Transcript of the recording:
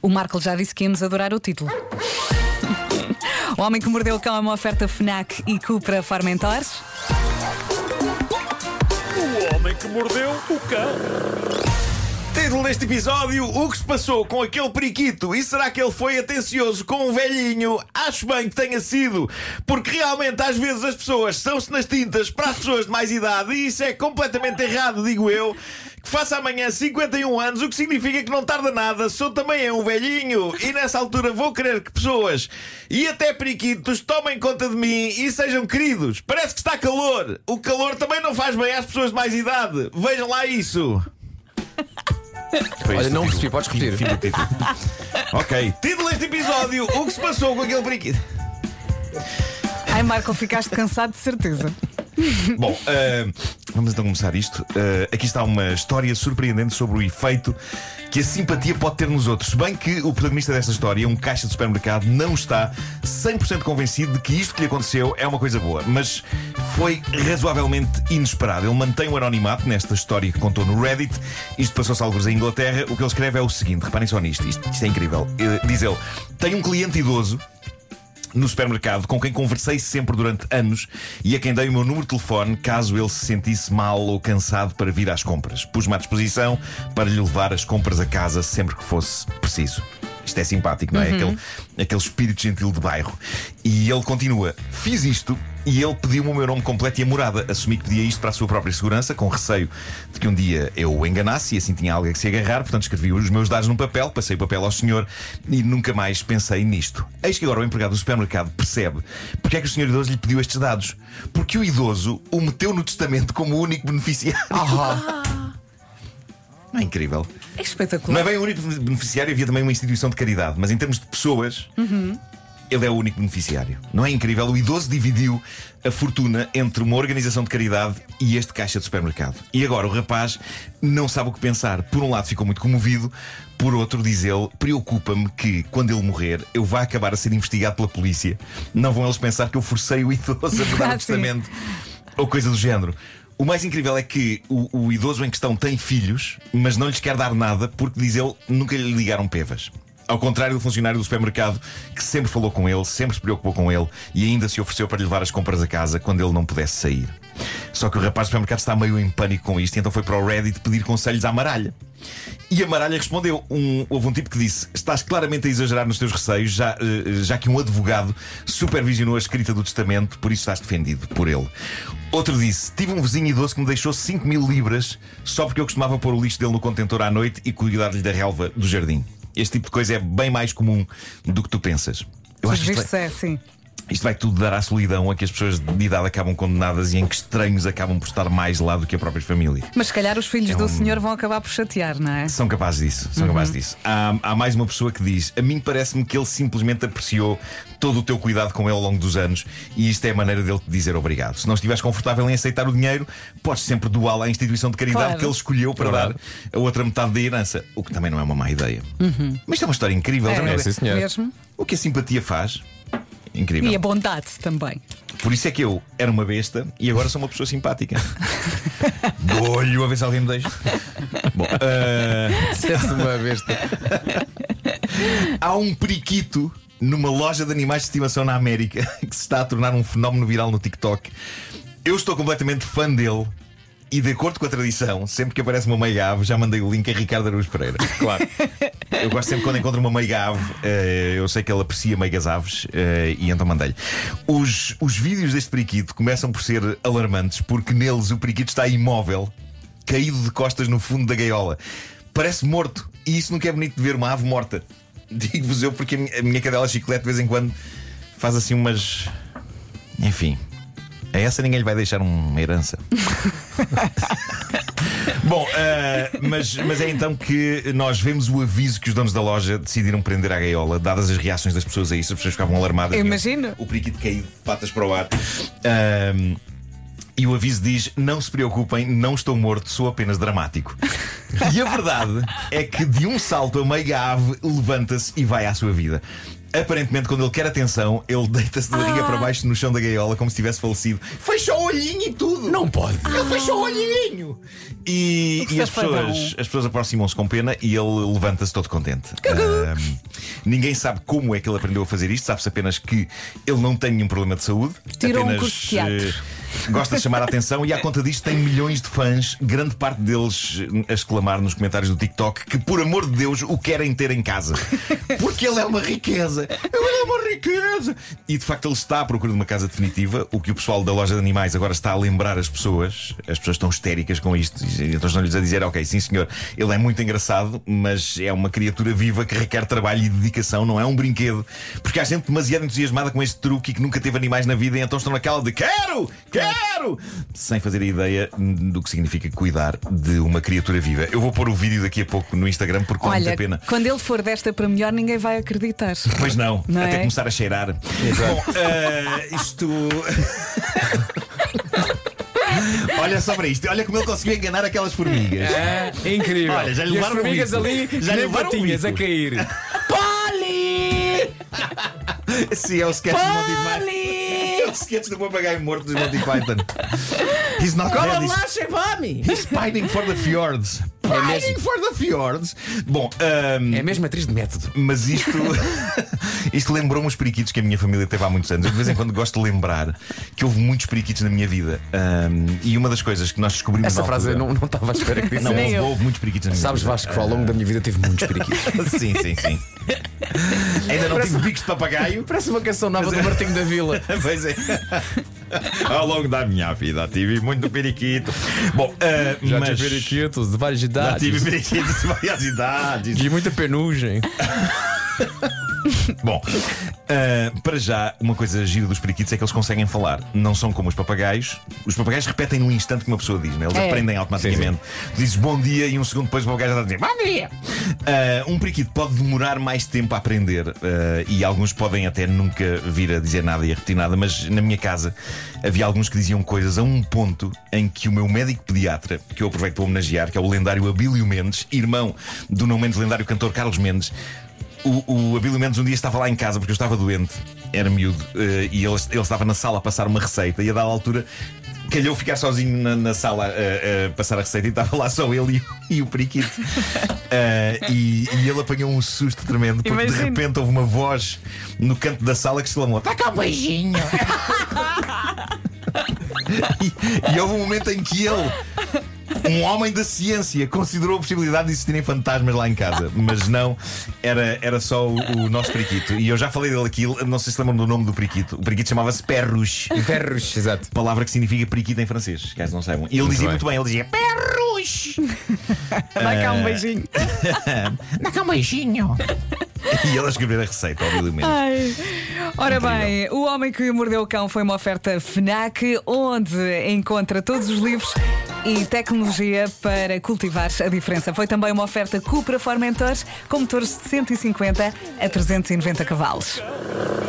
O Marco já disse que íamos adorar o título. O Homem que Mordeu o Cão é uma oferta FNAC e Cupra Formentor. O homem que mordeu o cão. Título deste episódio: o que se passou com aquele periquito? E será que ele foi atencioso com um velhinho? Acho bem que tenha sido, porque realmente às vezes as pessoas são-se nas tintas para as pessoas de mais idade, e isso é completamente errado, digo eu. Que faça amanhã 51 anos, o que significa que não tarda nada, sou também um velhinho, e nessa altura vou querer que pessoas e até periquitos tomem conta de mim e sejam queridos. Parece que está calor. O calor também não faz bem às pessoas de mais idade. Vejam lá isso. Olha, não percebi, podes repetir. Fim do título. Ok, título deste episódio: o que se passou com aquele periquito? Ai, Marco, ficaste cansado de certeza. Bom, vamos então começar isto. Aqui está uma história surpreendente sobre o efeito que a simpatia pode ter nos outros. Se bem que o protagonista desta história, um caixa de supermercado, não está 100% convencido de que isto que lhe aconteceu é uma coisa boa, mas foi razoavelmente inesperado. Ele mantém o anonimato nesta história que contou no Reddit. Isto passou-se alguns em Inglaterra. O que ele escreve é o seguinte: reparem só nisto, isto é incrível. Diz ele: tenho um cliente idoso no supermercado com quem conversei sempre durante anos e a quem dei o meu número de telefone caso ele se sentisse mal ou cansado para vir às compras. Pus-me à disposição para lhe levar as compras a casa sempre que fosse preciso. Isto é simpático, não é? Aquele espírito gentil de bairro. E ele continua: fiz isto e ele pediu-me o meu nome completo e a morada. Assumi que pedia isto para a sua própria segurança, com receio de que um dia eu o enganasse e assim tinha alguém que se agarrar. Portanto, escrevi os meus dados num papel, passei o papel ao senhor e nunca mais pensei nisto. Eis que agora o empregado do supermercado percebe porque é que o senhor idoso lhe pediu estes dados. Porque o idoso o meteu no testamento como o único beneficiário. Não é incrível? É espetacular. Não é bem o único beneficiário, havia também uma instituição de caridade, mas em termos de pessoas, ele é o único beneficiário. Não é incrível? O idoso dividiu a fortuna entre uma organização de caridade e este caixa de supermercado. E agora o rapaz não sabe o que pensar. Por um lado ficou muito comovido, por outro, diz ele, preocupa-me que, quando ele morrer, eu vá acabar a ser investigado pela polícia. Não vão eles pensar que eu forcei o idoso a mudar o testamento ou coisa do género. O mais incrível é que o idoso em questão tem filhos, mas não lhes quer dar nada porque, diz ele, nunca lhe ligaram pevas. Ao contrário do funcionário do supermercado, que sempre falou com ele, sempre se preocupou com ele e ainda se ofereceu para lhe levar as compras a casa quando ele não pudesse sair. Só que o rapaz do supermercado está meio em pânico com isto e então foi para o Reddit pedir conselhos à Maralha. E a Maralha respondeu. Houve um tipo que disse: estás claramente a exagerar nos teus receios, já que um advogado supervisionou a escrita do testamento, por isso estás defendido por ele. Outro disse: tive um vizinho idoso que me deixou 5.000 libras só porque eu costumava pôr o lixo dele no contentor à noite e cuidar-lhe da relva do jardim. Este tipo de coisa é bem mais comum do que tu pensas. Eu acho que isto vai tudo dar à solidão a que as pessoas de idade acabam condenadas e em que estranhos acabam por estar mais lá do que a própria família. Mas se calhar os filhos do senhor vão acabar por chatear, não é? São capazes disso, são capazes disso. Há mais uma pessoa que diz: a mim parece-me que ele simplesmente apreciou todo o teu cuidado com ele ao longo dos anos e isto é a maneira dele te dizer obrigado. Se não estiveres confortável em aceitar o dinheiro, podes sempre doá-lo à instituição de caridade que ele escolheu para dar a outra metade da herança, o que também não é uma má ideia. Mas isto é uma história incrível, não é? Sim, senhor. Mesmo. O que a simpatia faz? Incrível. E a bondade também. Por isso é que eu era uma besta e agora sou uma pessoa simpática. Olho a ver se alguém me deixa. Bom, Sente uma besta. há um periquito numa loja de animais de estimação na América que se está a tornar um fenómeno viral no TikTok. Eu estou completamente fã dele. E de acordo com a tradição, sempre que aparece uma meiga ave, já mandei o link a Ricardo Araújo Pereira. Claro. Eu gosto sempre quando encontro uma meiga ave, eu sei que ele aprecia meigas aves, e então mandei-lhe. Os vídeos deste periquito começam por ser alarmantes, porque neles o periquito está imóvel, caído de costas no fundo da gaiola. Parece morto, e isso nunca é bonito de ver, uma ave morta. Digo-vos eu, porque a minha cadela Chiclete de vez em quando faz assim umas... Enfim, a essa ninguém lhe vai deixar uma herança. Bom, mas é então que nós vemos o aviso que os donos da loja decidiram prender à gaiola, dadas as reações das pessoas a isso. As pessoas ficavam alarmadas. Imagino. O periquito caído de patas para o ar. E o aviso diz: não se preocupem, não estou morto, sou apenas dramático. E a verdade é que de um salto a meia ave levanta-se e vai à sua vida. Aparentemente, quando ele quer atenção, ele deita-se de barriga para baixo no chão da gaiola como se tivesse falecido. Fechou o olhinho e tudo. Não pode. Ele fechou o olhinho. E as pessoas aproximam-se com pena e ele levanta-se todo contente. Ninguém sabe como é que ele aprendeu a fazer isto. Sabe-se apenas que ele não tem nenhum problema de saúde. Tirou apenas, um curso de teatro. Gosta de chamar a atenção e, à conta disto, tem milhões de fãs, grande parte deles a exclamar nos comentários do TikTok que, por amor de Deus, o querem ter em casa. Porque ele é uma riqueza. Ele é uma riqueza. E, de facto, ele está à procura de uma casa definitiva, o que o pessoal da loja de animais agora está a lembrar as pessoas. As pessoas estão histéricas com isto. Então estão-lhes a dizer: ok, sim senhor, ele é muito engraçado, mas é uma criatura viva que requer trabalho e dedicação, não é um brinquedo. Porque há gente demasiado entusiasmada com este truque e que nunca teve animais na vida, e então estão naquela de quero! Sem fazer a ideia do que significa cuidar de uma criatura viva. Eu vou pôr o vídeo daqui a pouco no Instagram porque vale muito a pena. Quando ele for desta para melhor, ninguém vai acreditar. Pois não, Não até é? começar a cheirar. Bom, isto. Olha só para isto, olha como ele conseguiu enganar aquelas formigas. É incrível. Olha, já lhe e as levaram o formigas bico. ali, Já lhe nem levaram o patinhas bico. a cair. Sim, é o sketch do Monty Python. É o sketch do papagaio morto dos Monty Python. He's not dead, he's pining for the fjords. Pining for the fjords. Bom, É mesmo atriz de método. mas isto lembrou-me os periquitos que a minha família teve há muitos anos. Eu de vez em quando gosto de lembrar que houve muitos periquitos na minha vida. E uma das coisas que nós descobrimos Essa na frase eu altura... não estava à espera que Não, dissesse. houve muitos periquitos na minha Sabes, vida. Vasco, que ao longo da minha vida tive muitos periquitos. Sim. Ainda não tive bicos de papagaio. Parece uma canção nova do Martinho da Vila. Pois é. Ao longo da minha vida tive muito periquito. Bom, Já mas tive periquitos de várias já idades. tive periquitos de várias idades. E muita penugem. Bom, para já, uma coisa gira dos periquitos é que eles conseguem falar. Não são como os papagaios. Os papagaios repetem num instante que uma pessoa diz, né? Eles aprendem automaticamente. Tu dizes bom dia e um segundo depois o papagaio já está a dizer bom dia. Um periquito pode demorar mais tempo a aprender, e alguns podem até nunca vir a dizer nada e a repetir nada. Mas na minha casa havia alguns que diziam coisas a um ponto em que o meu médico pediatra, que eu aproveito para homenagear, que é o lendário Abílio Mendes, irmão do não menos lendário cantor Carlos Mendes. O Abílio Mendes um dia estava lá em casa porque eu estava doente, era miúdo, e ele estava na sala a passar uma receita, e a dada altura calhou ficar sozinho na sala a passar a receita, e estava lá só ele e o periquito. E ele apanhou um susto tremendo porque de repente houve uma voz no canto da sala que exclamou: "Dá cá um beijinho!" e houve um momento em que ele, um homem da ciência, considerou a possibilidade de existirem fantasmas lá em casa. Mas não, era só o nosso periquito. E eu já falei dele aqui, não sei se lembram do nome do periquito. O periquito chamava-se Perruche. Perros, exato. Palavra que significa periquito em francês, caso não saibam. E ele dizia muito bem, ele dizia Perruche. Dá cá um beijinho. Dá cá um beijinho. E ele a escrever a receita, obviamente. Ai. Ora bem, O Homem que Mordeu o Cão foi uma oferta FNAC, onde encontra todos os livros e tecnologia para cultivar a diferença. Foi também uma oferta Cupra Formentor, com motores de 150 a 390 cavalos.